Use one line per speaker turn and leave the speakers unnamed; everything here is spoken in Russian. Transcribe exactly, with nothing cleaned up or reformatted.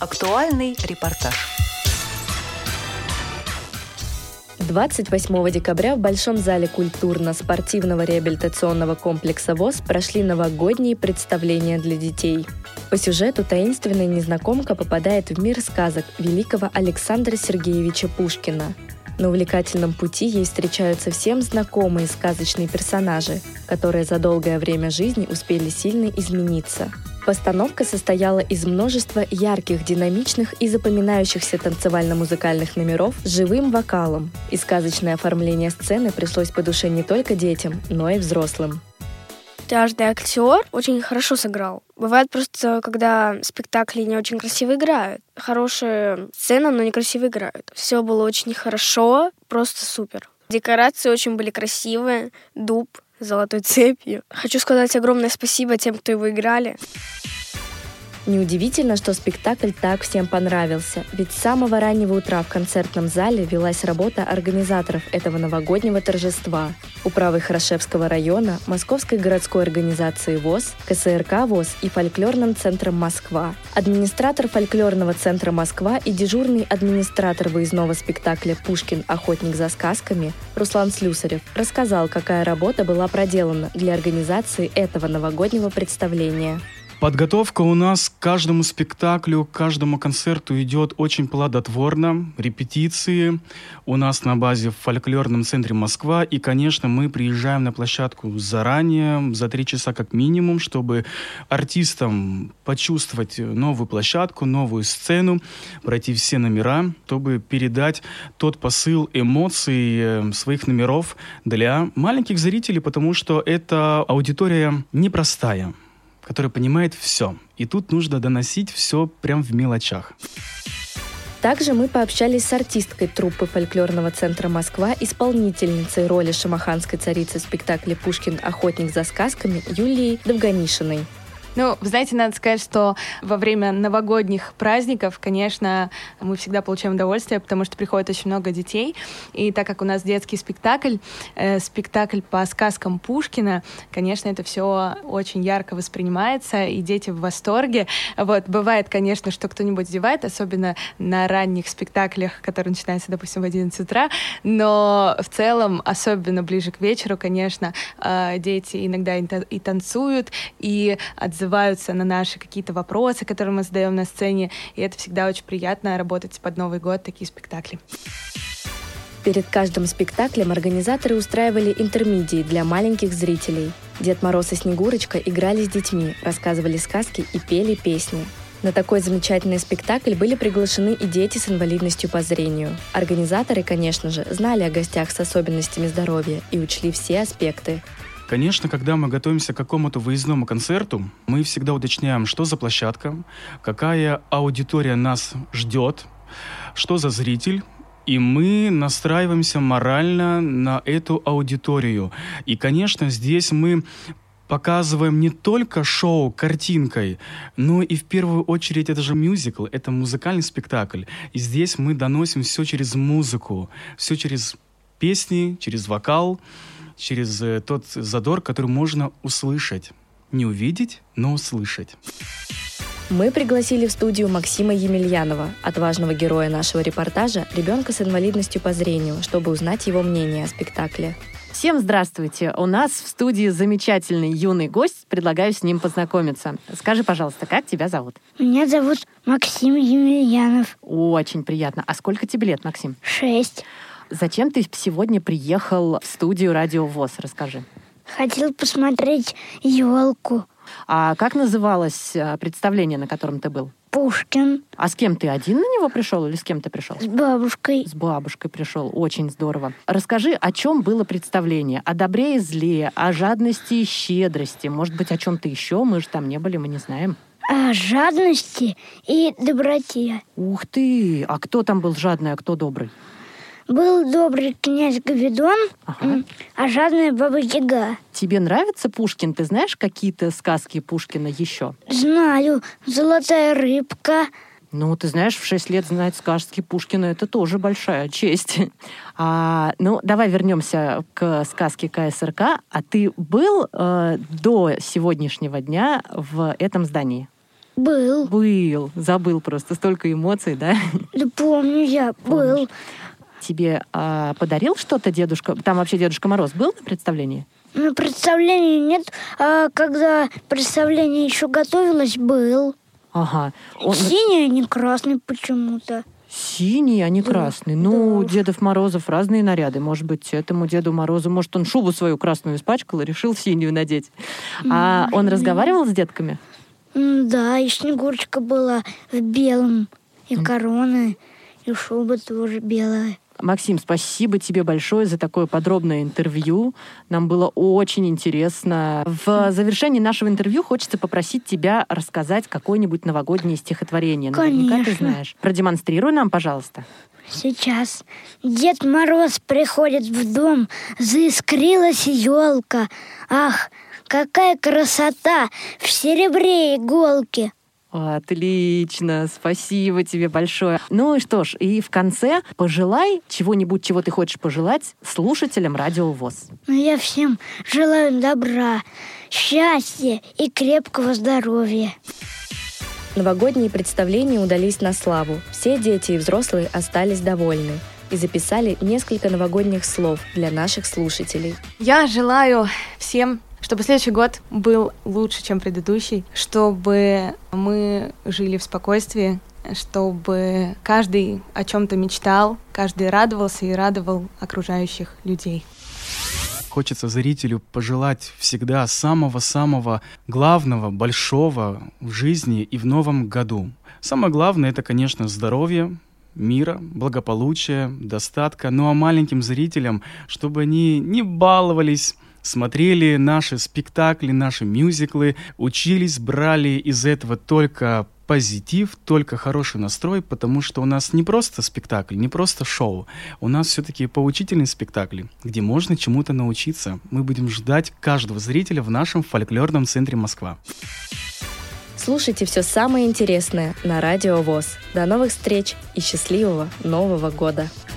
Актуальный репортаж.
двадцать восьмого декабря в Большом зале культурно-спортивного реабилитационного комплекса ВОС прошли новогодние представления для детей. По сюжету таинственная незнакомка попадает в мир сказок великого Александра Сергеевича Пушкина. На увлекательном пути ей встречаются всем знакомые сказочные персонажи, которые за долгое время жизни успели сильно измениться. Постановка состояла из множества ярких, динамичных и запоминающихся танцевально-музыкальных номеров с живым вокалом, и сказочное оформление сцены пришлось по душе не только детям, но и взрослым.
Каждый актер очень хорошо сыграл. Бывает просто, когда спектакли не очень красиво играют. Хорошая сцена, но некрасиво играют. Все было очень хорошо, просто супер. Декорации очень были красивые, дуб с золотой цепью. Хочу сказать огромное спасибо тем, кто его играли.
Неудивительно, что спектакль так всем понравился, ведь с самого раннего утра в концертном зале велась работа организаторов этого новогоднего торжества: управы Хорошевского района, Московской городской организации ВОС, ка эс эр ка ВОС и фольклорным центром Москва. Администратор фольклорного центра Москва и дежурный администратор выездного спектакля «Пушкин. Охотник за сказками» Руслан Слюсарев рассказал, какая работа была проделана для организации этого новогоднего представления.
Подготовка у нас к каждому спектаклю, к каждому концерту идет очень плодотворно. Репетиции у нас на базе в фольклорном центре Москва. И, конечно, мы приезжаем на площадку заранее, за три часа как минимум, чтобы артистам почувствовать новую площадку, новую сцену, пройти все номера, чтобы передать тот посыл эмоций своих номеров для маленьких зрителей, потому что эта аудитория непростая, которая понимает все. И тут нужно доносить все прям в мелочах.
Также мы пообщались с артисткой труппы фольклорного центра Москва, исполнительницей роли шамаханской царицы в спектакле «Пушкин. Охотник за сказками» Юлией Довганишиной.
Ну, вы знаете, надо сказать, что во время новогодних праздников, конечно, мы всегда получаем удовольствие, потому что приходит очень много детей. И так как у нас детский спектакль, э, спектакль по сказкам Пушкина, конечно, это все очень ярко воспринимается, и дети в восторге. Вот, бывает, конечно, что кто-нибудь зевает, особенно на ранних спектаклях, которые начинаются, допустим, в одиннадцать утра, но в целом, особенно ближе к вечеру, конечно, э, дети иногда и танцуют, и отзываются отзываются на наши какие-то вопросы, которые мы задаем на сцене, и это всегда очень приятно работать под Новый год, такие спектакли.
Перед каждым спектаклем организаторы устраивали интермедии для маленьких зрителей. Дед Мороз и Снегурочка играли с детьми, рассказывали сказки и пели песни. На такой замечательный спектакль были приглашены и дети с инвалидностью по зрению. Организаторы, конечно же, знали о гостях с особенностями здоровья и учли все аспекты.
Конечно, когда мы готовимся к какому-то выездному концерту, мы всегда уточняем, что за площадка, какая аудитория нас ждет, что за зритель, и мы настраиваемся морально на эту аудиторию. И, конечно, здесь мы показываем не только шоу картинкой, но и в первую очередь это же мюзикл, это музыкальный спектакль. И здесь мы доносим все через музыку, все через песни, через вокал, через э, тот задор, который можно услышать. Не увидеть, но услышать.
Мы пригласили в студию Максима Емельянова, отважного героя нашего репортажа, ребенка с инвалидностью по зрению, чтобы узнать его мнение о спектакле.
Всем здравствуйте! У нас в студии замечательный юный гость. Предлагаю с ним познакомиться. Скажи, пожалуйста, как тебя зовут?
Меня зовут Максим Емельянов.
Очень приятно. А сколько тебе лет, Максим?
Шесть.
Зачем ты сегодня приехал в студию Радио ВОС? Расскажи.
Хотел посмотреть елку.
А как называлось представление, на котором ты был?
Пушкин.
А с кем ты? Один на него пришел или с кем ты пришел?
С бабушкой.
С бабушкой пришел. Очень здорово. Расскажи, о чем было представление? О добре и зле, о жадности и щедрости. Может быть, о чем-то еще? Мы же там не были, мы не знаем.
О жадности и доброте.
Ух ты! А кто там был жадный, а кто добрый?
Был добрый князь Гвидон, ага. а жадная баба Яга.
Тебе нравится Пушкин? Ты знаешь какие-то сказки Пушкина еще?
Знаю. «Золотая рыбка».
Ну, ты знаешь, в шесть лет знать сказки Пушкина — это тоже большая честь. А, ну, давай вернемся к сказке ка эс эр ка. А ты был э, до сегодняшнего дня в этом здании?
Был.
Был. Забыл просто. Столько эмоций, да?
Да помню я, был.
Тебе а, подарил что-то дедушка? Там вообще Дедушка Мороз был на представлении?
На представлении нет, а когда представление еще готовилось, был.
Ага. Он...
Синий, а не красный почему-то.
Синий, а не
Да,
красный. Ну,
да.
Дедов Морозов разные наряды. Может быть, этому Деду Морозу, может, он шубу свою красную испачкал и решил синюю надеть. А он разговаривал с детками?
М, Да, и Снегурочка была в белом, и корона, и шуба тоже белая.
Максим, спасибо тебе большое за такое подробное интервью. Нам было очень интересно. В завершении нашего интервью хочется попросить тебя рассказать какое-нибудь новогоднее стихотворение. Наверняка ты
Конечно.
знаешь. Продемонстрируй нам, пожалуйста.
Сейчас. Дед Мороз приходит в дом, заискрилась елка. Ах, какая красота в серебре иголки.
Отлично, спасибо тебе большое. Ну и что ж, и в конце пожелай чего-нибудь, чего ты хочешь пожелать слушателям Радио ВОС.
Но я всем желаю добра, счастья и крепкого здоровья.
Новогодние представления удались на славу. Все дети и взрослые остались довольны и записали несколько новогодних слов для наших слушателей.
Я желаю всем, чтобы следующий год был лучше, чем предыдущий, чтобы мы жили в спокойствии, чтобы каждый о чем-то мечтал, каждый радовался и радовал окружающих людей.
Хочется зрителю пожелать всегда самого-самого главного, большого в жизни и в новом году. Самое главное — это, конечно, здоровье, мира, благополучия, достатка. Ну а маленьким зрителям, чтобы они не баловались, смотрели наши спектакли, наши мюзиклы, учились, брали из этого только позитив, только хороший настрой, потому что у нас не просто спектакль, не просто шоу. У нас все-таки поучительные спектакли, где можно чему-то научиться. Мы будем ждать каждого зрителя в нашем фольклорном центре Москва.
Слушайте все самое интересное на Радио ВОС. До новых встреч и счастливого Нового года!